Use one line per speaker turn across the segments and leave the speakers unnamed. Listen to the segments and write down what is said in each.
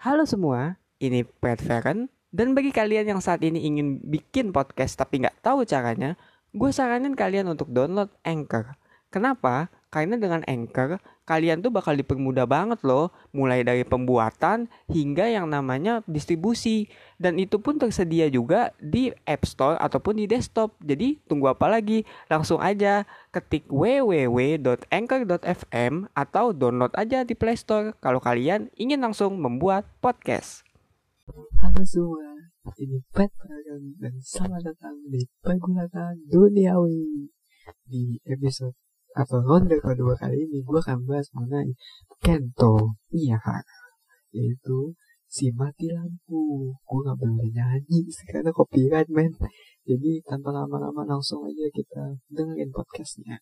Halo semua, ini Pat Feren. Dan bagi kalian yang saat ini ingin bikin podcast tapi nggak tahu caranya, gue saranin kalian untuk download Anchor. Kenapa? Karena dengan Anchor, kalian tuh bakal dipermudah banget loh, mulai dari pembuatan hingga yang namanya distribusi. Dan itu pun tersedia juga di App Store ataupun di desktop. Jadi tunggu apa lagi? Langsung aja ketik www.anchor.fm atau download aja di Play Store kalau kalian ingin langsung membuat podcast.
Halo semua, ini Pat Pragan dan selamat datang di Pergulatan Duniawi. Di episode atau ronde kedua kali ini gue akan bahas mengenai Kento Miyahara, yaitu si mati lampu. Gue gak boleh nyanyi karena copyright men. Jadi tanpa lama-lama langsung aja kita dengerin podcastnya.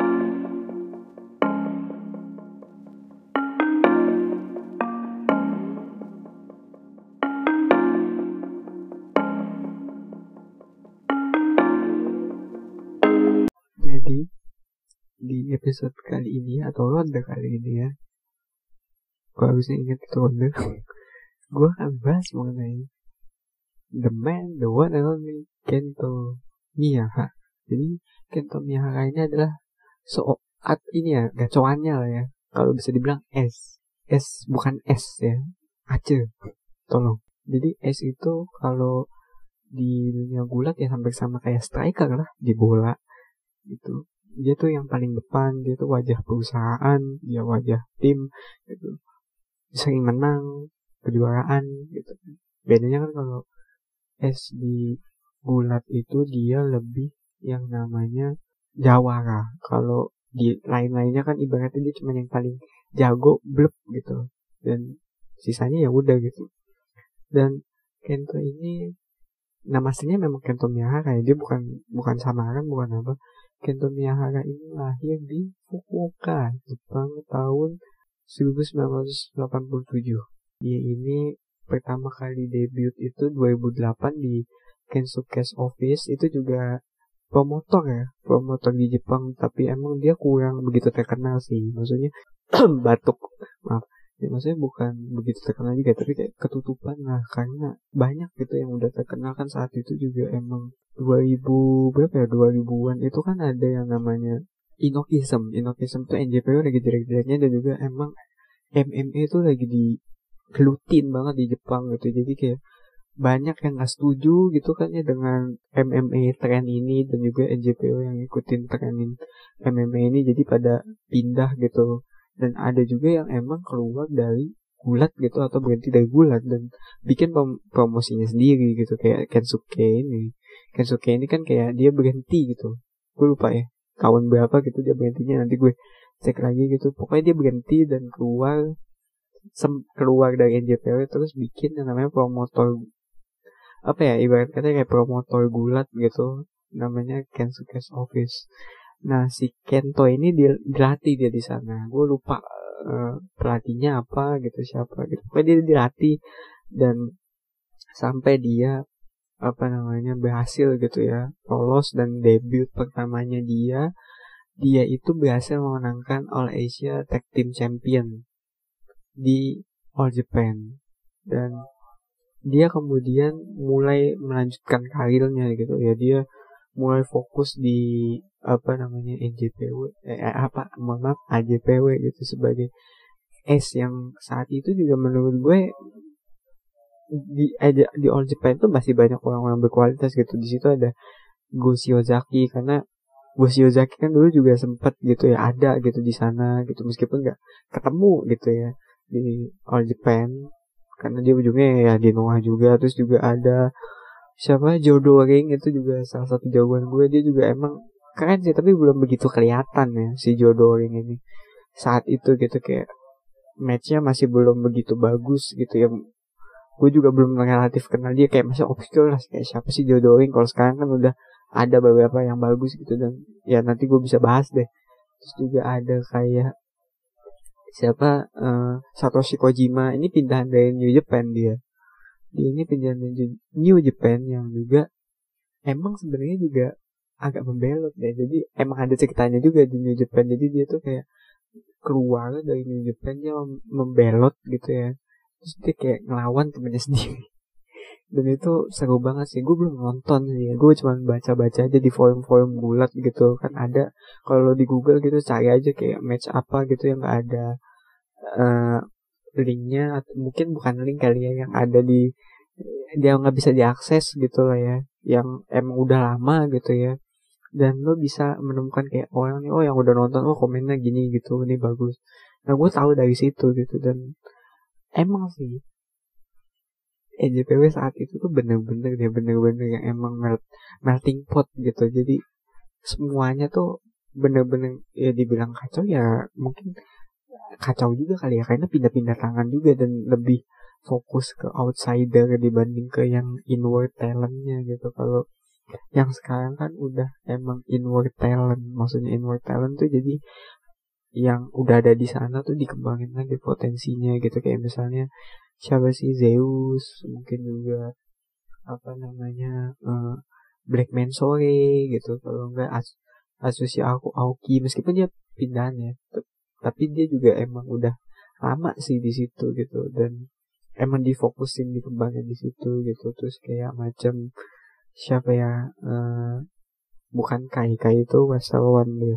Jadi di episode kali ini atau ronde kali ini ya, gue harusnya ingat itu ronde. Gue akan bahas mengenai the man, the one and only Kento Miyahara. Jadi Kento Miyahara ini adalah ini ya, gacoannya lah ya. Kalau bisa dibilang S bukan S ya, Aceh. Tolong. Jadi S itu kalau di dunia gulat ya sampai sama kayak striker lah di bola gitu. Dia tuh yang paling depan, dia tuh wajah perusahaan, dia wajah tim gitu. Sering menang kejuaraan gitu. Bedanya kan kalau S di gulat itu dia lebih yang namanya jawara. Kalau di lain-lainnya kan ibaratnya dia cuma yang paling jago blep gitu. Dan sisanya ya udah gitu. Dan Kento ini nama aslinya memang Kento Miyahara ya. Dia bukan samaran, bukan apa. Kento Miyahara ini lahir di Fukuoka, Jepang tahun 1987. Dia ini pertama kali debut itu 2008 di Kensuke's Office. Itu juga promotor di Jepang, tapi emang dia kurang begitu terkenal sih. Maksudnya batuk, maaf. Ya, maksudnya bukan begitu terkenal juga, tapi kayak ketutupan lah, karena banyak gitu yang udah terkenal kan saat itu juga. Emang 2000 berapa ya, 2000-an itu kan ada yang namanya Inokism tuh NJPW lagi jelek-jeleknya, dan juga emang MMA itu lagi digelutin banget di Jepang gitu. Jadi kayak banyak yang gak setuju gitu kan ya dengan MMA tren ini, dan juga NJPW yang ngikutin trenin MMA ini, jadi pada pindah gitu. Dan ada juga yang emang keluar dari gulat gitu atau berhenti dari gulat dan bikin promosinya sendiri gitu, kayak Kensuke ini kan kayak dia berhenti gitu. Gue lupa ya tahun berapa gitu dia berhentinya, nanti gue cek lagi gitu. Pokoknya dia berhenti dan keluar dari NJPW, terus bikin yang namanya promotor, apa ya, ibarat katanya kayak promotor gulat gitu, namanya Kensuke's Office. Nah, si Kento ini dilatih dia di sana. Gue lupa pelatihnya apa gitu, siapa gitu. Pokoknya dia dilatih dan sampai dia berhasil gitu ya, lolos. Dan debut pertamanya dia itu berhasil memenangkan All Asia Tag Team Champion di All Japan. Dan dia kemudian mulai melanjutkan karirnya gitu ya. Dia mulai fokus di NJPW AJPW gitu sebagai S, yang saat itu juga menurut gue di All Japan itu masih banyak orang-orang berkualitas gitu. Di situ ada Go Shiozaki, karena Go Shiozaki kan dulu juga sempat gitu ya ada gitu di sana gitu, meskipun nggak ketemu gitu ya di All Japan karena dia ujungnya ya di Noah juga. Terus juga ada Jodo Ring, itu juga salah satu jagoan gue. Dia juga emang keren sih, tapi belum begitu kelihatan ya si Jodo Ring ini saat itu gitu. Kayak matchnya masih belum begitu bagus gitu ya. Gue juga belum relatif kenal dia, kayak masih obscure lah, kayak siapa sih Jodo Ring. Kalau sekarang kan udah ada beberapa yang bagus gitu, dan ya nanti gue bisa bahas deh. Terus juga ada kayak Satoshi Kojima, ini pindahan dari New Japan. Dia ini pindahan dari New Japan yang juga emang sebenarnya juga agak membelot ya. Jadi emang ada ceritanya juga di New Japan. Jadi dia tuh kayak keluar dari New Japan, dia membelot gitu ya, terus dia kayak ngelawan temennya sendiri. Dan itu seru banget sih. Gue belum nonton sih, gue cuma baca-baca aja di forum-forum gulat gitu kan. Ada kalau di Google gitu, cari aja kayak match apa gitu yang nggak ada uh, linknya, atau mungkin bukan link kali ya, yang ada di dia nggak bisa diakses gitu lah ya, yang emang udah lama gitu ya. Dan lo bisa menemukan kayak orang nih, oh yang udah nonton, oh komennya gini gitu, ini bagus. Nah gue tahu dari situ gitu. Dan emang sih EJPW saat itu tuh bener-bener yang emang melting pot gitu. Jadi semuanya tuh bener-bener ya dibilang kacau ya, mungkin kacau juga kali ya, karena pindah-pindah tangan juga dan lebih fokus ke outsider dibanding ke yang inward talentnya gitu. Kalau yang sekarang kan udah emang inward talent, maksudnya inward talent tuh jadi yang udah ada di sana tuh dikembangin lagi potensinya gitu. Kayak misalnya siapa sih, Zeus, mungkin juga apa namanya, Black Sore gitu. Kalau enggak Asushi Aoki, meskipun dia pindahan ya, tapi dia juga emang udah lama sih di situ gitu, dan emang difokusin dikembangin di situ gitu. Terus kayak macam siapa ya, bukan Kai itu Westerwan dia,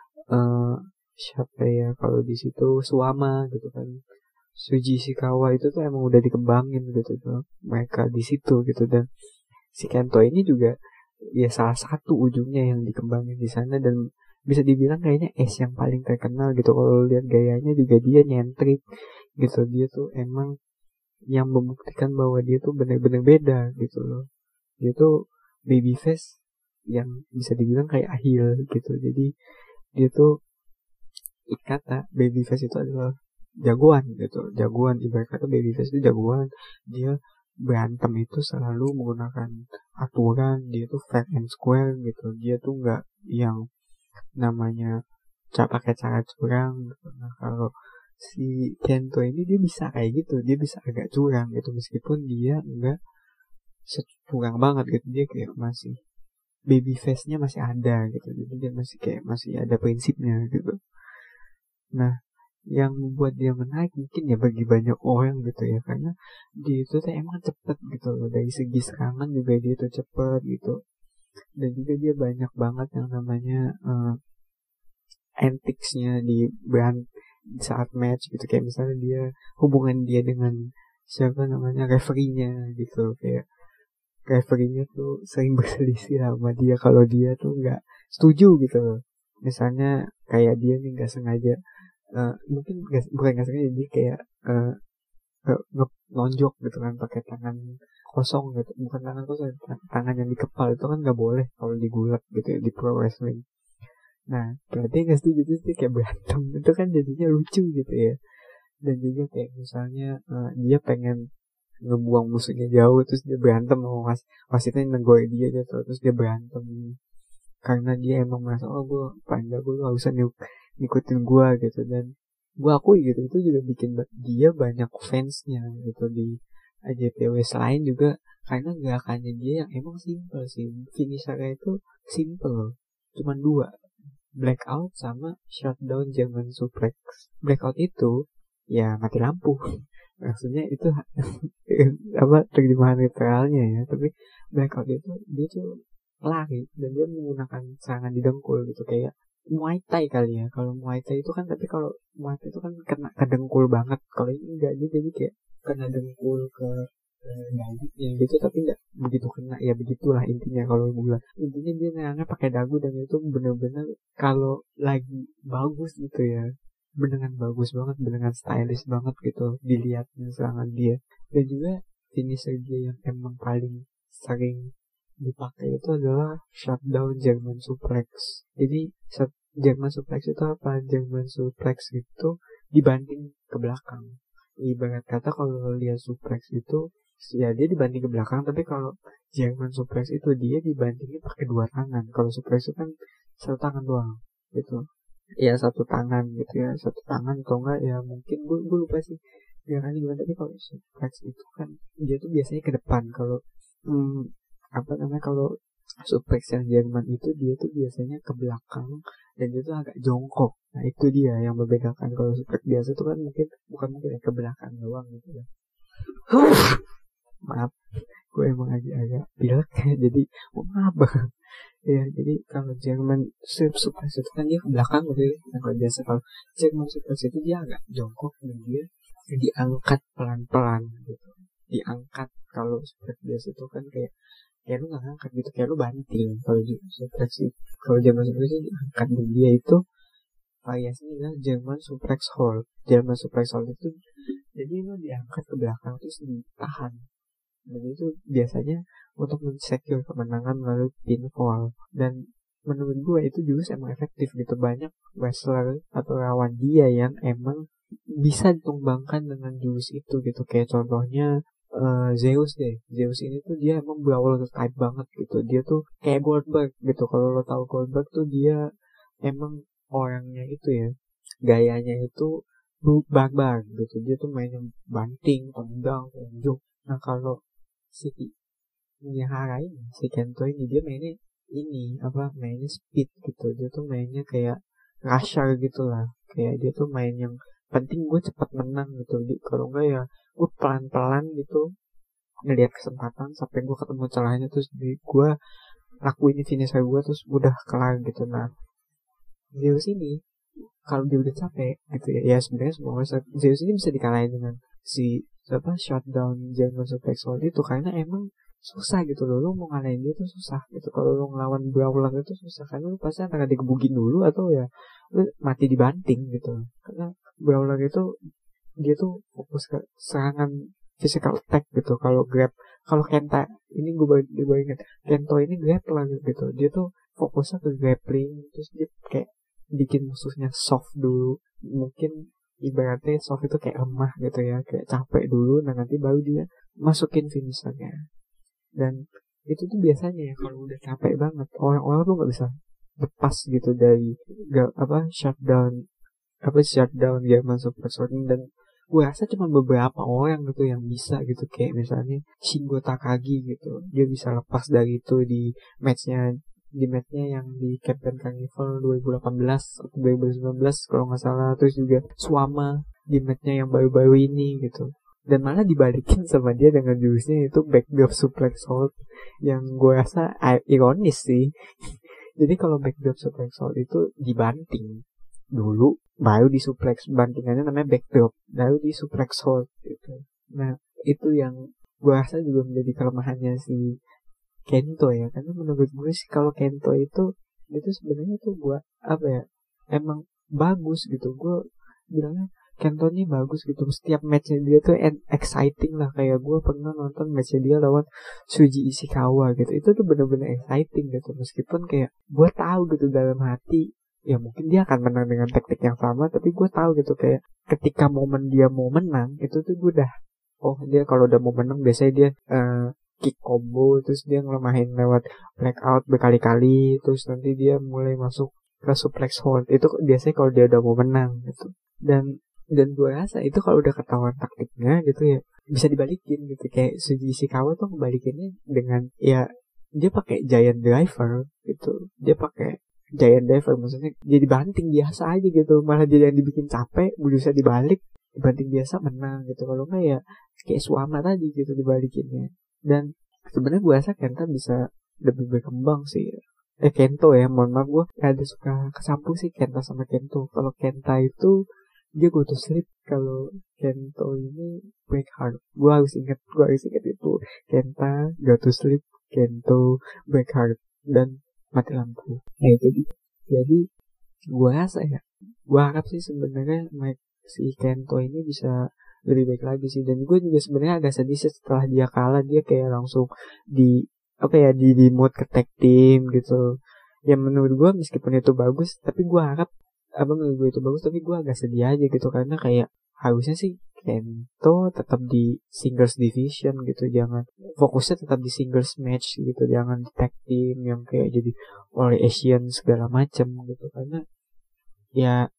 siapa ya kalau di situ, Suama gitu kan, Suji Ishikawa itu tuh emang udah dikembangin gitu tuh mereka di situ gitu. Dan si Kento ini juga ya salah satu ujungnya yang dikembangin di sana, dan bisa dibilang kayaknya Ace yang paling terkenal gitu. Kalau lihat gayanya juga dia nyentrik gitu, dia tuh emang yang membuktikan bahwa dia tuh benar-benar beda gitu loh. Dia tuh babyface yang bisa dibilang kayak Ahil gitu. Jadi dia tuh kata babyface itu adalah jagoan gitu, jagoan, ibarat kata babyface itu jagoan. Dia berantem itu selalu menggunakan aturan, dia tuh fair and square gitu. Dia tuh nggak yang namanya pakai cara curang gitu. Nah kalau si Kento ini dia bisa kayak gitu, dia bisa agak curang gitu, meskipun dia nggak curang banget gitu. Dia kayak masih baby face-nya masih ada gitu, jadi dia masih kayak masih ada prinsipnya gitu. Nah yang membuat dia menarik mungkin ya bagi banyak orang gitu ya, karena dia itu tuh emang cepet gitu loh, dari segi serangan juga dia tuh cepet gitu. Dan juga dia banyak banget yang namanya antics-nya di brand saat match gitu. Kayak misalnya dia hubungan dia dengan siapa namanya referee-nya gitu, kayak referee-nya tuh sering berselisih sama dia kalau dia tuh nggak setuju gitu loh. Misalnya kayak dia nih nggak sengaja, mungkin bukan nggak sengaja, dia kayak nonjok gitu kan pakai tangan kosong gitu, bukan tangan kosong, tangan yang dikepal itu kan nggak boleh kalau digulat gitu ya, di pro wrestling. Nah berarti nggak setuju, terus dia kayak berantem, itu kan jadinya lucu gitu ya. Dan juga kayak misalnya dia pengen ngebuang musuhnya jauh, terus dia berantem sama wasitnya negor dia gitu, terus dia berantem karena dia emang merasa, oh gue paling jago, lu harusnya ngikutin gue gitu. Dan gue akui gitu, itu juga bikin dia banyak fansnya gitu di AJPW. Selain juga karena gerakannya dia yang emang simple sih, finishernya itu simple, cuman dua, blackout sama shutdown German suplex. Blackout itu ya mati lampu maksudnya itu apa terjemahan literalnya ya, tapi blackout itu dia tuh lari dan dia menggunakan serangan di dengkul gitu, kayak Muay Thai kali ya. Kalau Muay Thai itu kan, tapi kalau Muay Thai itu kan kena ke dengkul banget, kalau ini enggak, dia jadi kayak kena dengkul ke dagunya gitu, tapi nggak begitu kena ya, begitulah intinya. Kalau bulan intinya dia nyerangnya pakai dagu, dan itu bener-bener kalau lagi bagus gitu ya, beneran bagus banget, beneran stylish banget gitu dilihatnya serangan dia. Dan juga finisher dia yang emang paling sering dipakai itu adalah shutdown German suplex. Jadi German suplex itu apa? German suplex itu dibanting ke belakang. Ibarat kata kalau lihat suplex itu ya dia dibanting ke belakang, tapi kalau German suplex itu dia dibantingin pakai dua tangan. Kalau suplex itu kan satu tangan doang gitu. Ya satu tangan gitu ya, satu tangan atau enggak ya, mungkin gue lupa sih gerakannya gimana. Tapi kalau suplex itu kan dia tuh biasanya ke depan. Kalau apa namanya, kalau suplex yang Jerman itu dia tuh biasanya ke belakang dan dia tuh agak jongkok. Nah itu dia yang membedakan. Kalau suplex biasa tuh kan mungkin bukan mungkin ya, ke belakang doang gitu ya. Maaf, gue emang agak pilek jadi maaf banget. Ya, jadi kalau Jerman suplex itu kan dia ke belakang gitu ya. Nah, kalau biasa kalau Jerman suplex itu dia agak jongkok dan dia diangkat pelan-pelan gitu. Diangkat. Kalau suplex biasa itu kan kayak lu nggak ngangkat gitu, kayak lu banting. Kalau suplex itu, kalau Jerman suplex itu diangkat, dan dia itu variasinya adalah Jerman suplex hold. Jerman suplex hold itu jadi lu diangkat ke belakang terus ditahan. Dan itu biasanya untuk men-secure kemenangan melalui pinfall. Dan menurut gue itu juga emang efektif gitu. Banyak wrestler atau lawan dia yang emang bisa ditumbangkan dengan jurus itu gitu. Kayak contohnya Zeus deh. Zeus ini tuh dia emang brawler type banget gitu. Dia tuh kayak Goldberg gitu. Kalau lo tahu Goldberg tuh dia emang orangnya itu ya, gayanya itu barbar gitu. Dia tuh mainnya banting, tendang, tunjuk. Nah kalau si Miyahara ini, si Kento ini, dia mainnya mainnya speed gitu. Dia tuh mainnya kayak rusher gitu lah. Kayak dia tuh main yang penting gue cepat menang gitu. Kalau enggak ya gue pelan-pelan gitu ngeliat kesempatan sampai gue ketemu celahnya, terus gue lakuin finisher gue terus udah kelar gitu. Nah Zeus ini kalau dia udah capek gitu ya sebenarnya semua Zeus ini bisa dikalahin dengan si shutdown German suplex hold itu, karena emang susah gitu loh. Lo mau ngalahin dia tuh susah gitu. Kalau lo ngelawan brawler itu susah karena lo pasti antara digebugin dulu atau ya lo mati dibanting gitu. Karena brawler itu dia tuh fokus ke serangan physical attack gitu. Kalau Kenta ini gue baru ingat, Kento ini grappler gitu. Dia tuh fokusnya ke grappling, terus dia kayak bikin musuhnya soft dulu. Mungkin ibaratnya soft itu kayak lemah gitu ya, kayak capek dulu, nah nanti baru dia masukin finishernya. Dan itu tuh biasanya ya kalau udah capek banget orang-orang tuh nggak bisa lepas gitu dari shutdown German suplex hold. Dan gue rasa cuma beberapa orang gitu yang bisa gitu, kayak misalnya Shingo Takagi gitu, dia bisa lepas dari itu di matchnya yang di Captain Carnival 2018 atau 2019 kalau nggak salah. Terus juga Suama di matchnya yang baru-baru ini gitu, dan malah dibalikin sama dia dengan jurusnya itu backdrop suplex hold, yang gue rasa ironis sih. Jadi kalau backdrop suplex hold itu dibanting dulu baru di suplex, bantingannya namanya backdrop, baru di suplex hold gitu. Nah itu yang gue rasa juga menjadi kelemahannya si Kento ya, karena menurut gue sih kalau Kento itu sebenarnya tuh buat emang bagus gitu. Gue bilangnya Kento ini bagus gitu. Setiap matchnya dia tuh exciting lah. Kayak gue pernah nonton matchnya dia lawan Shuji Ishikawa gitu. Itu tuh bener-bener exciting gitu. Meskipun kayak gue tahu gitu dalam hati ya mungkin dia akan menang dengan teknik yang sama, tapi gue tahu gitu kayak ketika momen dia mau menang itu tuh gue udah dia kalau udah mau menang biasanya dia kick combo, terus dia ngelemahin lewat blackout berkali-kali, terus nanti dia mulai masuk ke suplex hold. Itu biasanya kalau dia udah mau menang gitu. Dan gue rasa itu kalau udah ketahuan taktiknya gitu ya bisa dibalikin gitu. Kayak Shuji Ishikawa tuh ngebalikinnya dengan ya dia pakai giant driver gitu. Dia pakai giant driver, maksudnya dia dibanting biasa aja gitu, malah dia yang dibikin capek, berusaha dibalik, dibanting biasa menang gitu. Kalau enggak ya kayak Suama tadi gitu dibalikinnya. Dan sebenarnya gue rasa Kenta bisa lebih berkembang sih. Kento ya, mohon maaf gue ada suka kesampung sih Kenta sama Kento. Kalau Kenta itu dia go to sleep, kalau Kento ini break heart. Gue harus ingat itu Kenta go to sleep, Kento break heart, dan mati lampu. Nah itu dia. Jadi gue rasa ya, gue harap sih sebenarnya si Kento ini bisa lebih baik lagi sih. Dan gue juga sebenarnya agak sedih sih setelah dia kalah, dia kayak langsung di mood ke tag team gitu. Ya menurut gue meskipun itu bagus, tapi gue harap menurut gue itu bagus, tapi gue agak sedih aja gitu, karena kayak harusnya sih Kento tetap di singles division gitu, jangan fokusnya tetap di singles match gitu, jangan di tag team yang kayak jadi All Asian segala macam gitu, karena ya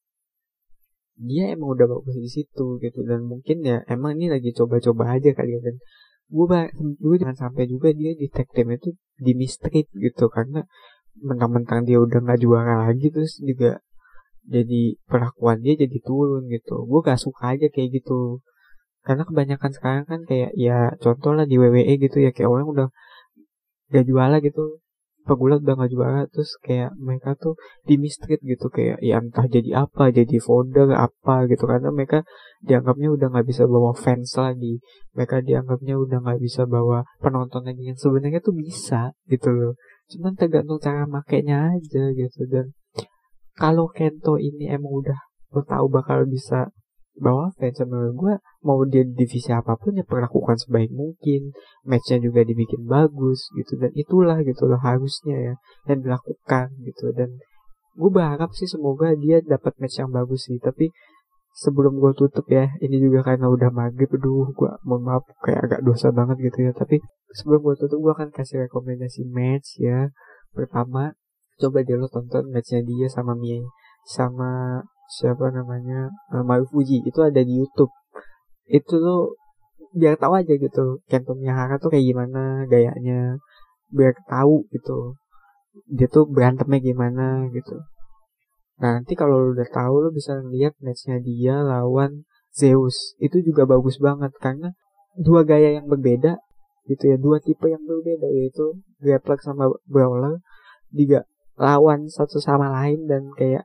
dia emang udah bagus di situ gitu. Dan mungkin ya emang ini lagi coba-coba aja kali ya. Dan gue jangan sampai juga dia di tag team itu di mistreat gitu, karena mentang-mentang dia udah nggak juara lagi terus juga jadi perlakuan dia jadi turun gitu. Gue gak suka aja kayak gitu. Karena kebanyakan sekarang kan kayak ya contoh lah di WWE gitu ya, kayak orang udah gak juara gitu, pegulat udah gak juara, terus kayak mereka tuh di mistreat gitu, kayak ya entah jadi apa, jadi founder apa gitu, karena mereka dianggapnya udah gak bisa bawa fans lagi, mereka dianggapnya udah gak bisa bawa penonton lagi, yang sebenarnya tuh bisa gitu loh, cuman tergantung cara makainya aja gitu. Dan kalau Kento ini emang udah lo tahu bakal bisa bawa fans, menurut gue mau dia di divisi apapun ya perlakukan sebaik mungkin, matchnya juga dibikin bagus gitu, dan itulah gitu loh harusnya ya yang dilakukan gitu. Dan gue berharap sih semoga dia dapat match yang bagus sih. Tapi sebelum gue tutup ya, ini juga karena udah maghrib, aduh gue mohon maaf kayak agak dosa banget gitu ya, tapi sebelum gue tutup gue akan kasih rekomendasi match ya. Pertama, coba deh lo tonton matchnya dia sama Mie, sama siapa namanya, Marufuji, itu ada di YouTube. Itu lo biar tahu aja gitu Kento Miyahara tuh kayak gimana gayanya, biar tahu gitu dia tuh berantemnya gimana gitu. Nah nanti kalau lo udah tahu, lo bisa lihat matchnya dia lawan Zeus, itu juga bagus banget karena dua gaya yang berbeda gitu ya, dua tipe yang berbeda, yaitu grappler sama brawler, juga lawan satu sama lain, dan kayak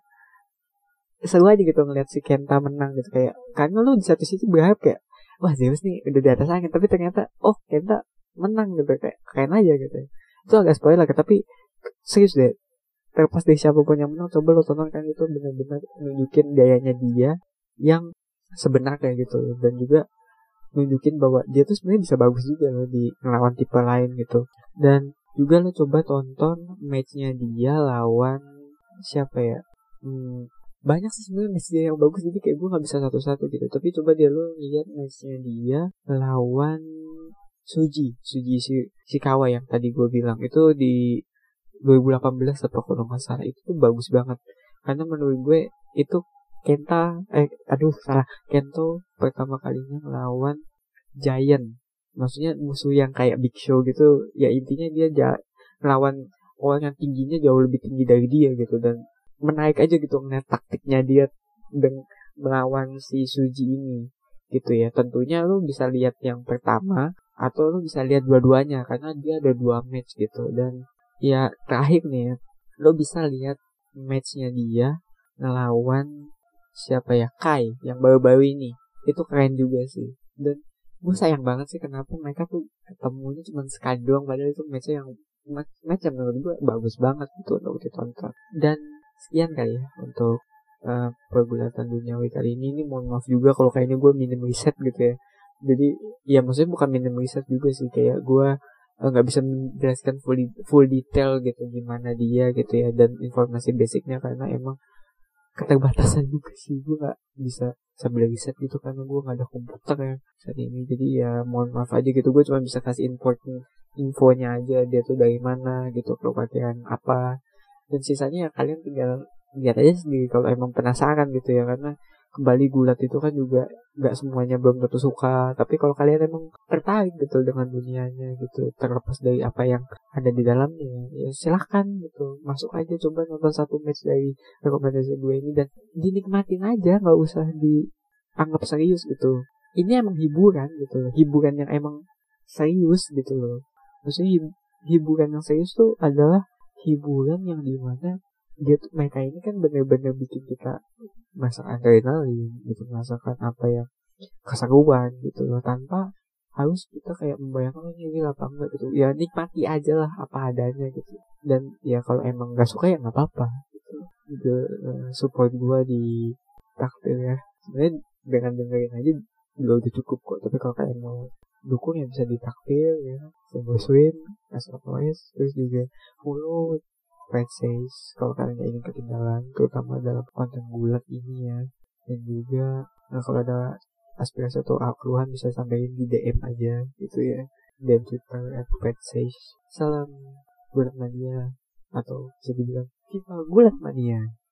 seru aja gitu ngeliat si Kenta menang gitu. Kayak karena lu di satu sisi berharap kayak wah Zeus nih udah di atas angin, tapi ternyata oh Kenta menang gitu, kayak keren aja gitu. Itu agak spoiler tapi serius deh, terlepas dari siapapun yang menang, coba lo tonton kan, itu benar-benar nunjukin gayanya dia yang sebenarnya gitu, dan juga nunjukin bahwa dia tuh sebenarnya bisa bagus juga loh di ngelawan tipe lain gitu. Dan juga lo coba tonton matchnya dia lawan siapa ya, banyak sih sebenarnya match dia yang bagus, jadi kayak gue nggak bisa satu-satu gitu. Tapi coba dia lo lihat matchnya dia lawan Suji Shikawa yang tadi gue bilang, itu di 2018 atau kalau nggak salah, itu tuh bagus banget karena menurut gue itu Kento pertama kalinya lawan Giant, maksudnya musuh yang kayak Big Show gitu ya, intinya dia lawan orang yang tingginya jauh lebih tinggi dari dia gitu, dan menarik aja gitu ngeliat taktiknya dia melawan si Suji ini gitu ya. Tentunya lu bisa lihat yang pertama atau lu bisa lihat dua-duanya karena dia ada dua match gitu. Dan ya terakhir nih ya, lo bisa lihat matchnya dia ngelawan siapa ya, Kai yang baru-baru ini, itu keren juga sih. Dan gue sayang banget sih kenapa mereka tuh ketemunya cuma sekali doang, padahal itu match yang menurut gue bagus banget gitu untuk ditonton. Dan sekian kali ya untuk pergulatan duniawi kali ini. Ini mohon maaf juga kalau kayaknya gue minim riset gitu ya, jadi ya maksudnya bukan minim riset juga sih, kayak gue nggak bisa menjelaskan full detail gitu gimana dia gitu ya, dan informasi basicnya karena emang keterbatasan juga sih, gue nggak bisa sambil riset gitu karena gue nggak ada komputer ya saat ini. Jadi ya mohon maaf aja gitu, gue cuma bisa kasih infonya aja dia tuh dari mana gitu, keluargaan apa, dan sisanya ya kalian tinggal lihat aja sendiri kalau emang penasaran gitu ya. Karena kembali gulat itu kan juga nggak semuanya belum tentu suka, tapi kalau kalian emang tertarik gitu dengan dunianya gitu, terlepas dari apa yang ada di dalamnya, ya silahkan gitu masuk aja, coba nonton satu match dari rekomendasi gue ini dan dinikmatin aja, nggak usah dianggap serius gitu. Ini emang hiburan gitu loh, hiburan yang emang serius gitu loh. Maksudnya hiburan yang serius tuh adalah hiburan yang dimana mereka ini kan bener-bener bikin kita merasakan adrenalin gitu, merasakan apa yang keseruan gitu loh, tanpa harus kita kayak membayangkan ini apa enggak gitu. Ya nikmati aja lah apa adanya gitu. Dan ya kalau emang gak suka ya gak apa-apa gitu. Support gue di takdir ya, sebenarnya dengan dengerin aja juga udah cukup kok. Tapi kalau kalian mau dukung ya bisa di takdir ya, Sembo Swim, SOS, terus juga follow Red Says kalau kalian ingin ketinggalan terutama dalam konten gulat ini ya. Dan juga kalau ada aspirasi atau keluhan bisa sampaikan di DM aja gitu ya, DM Twitter @redsays. Salam gulat mania, atau bisa dibilang FIFA gulat mania.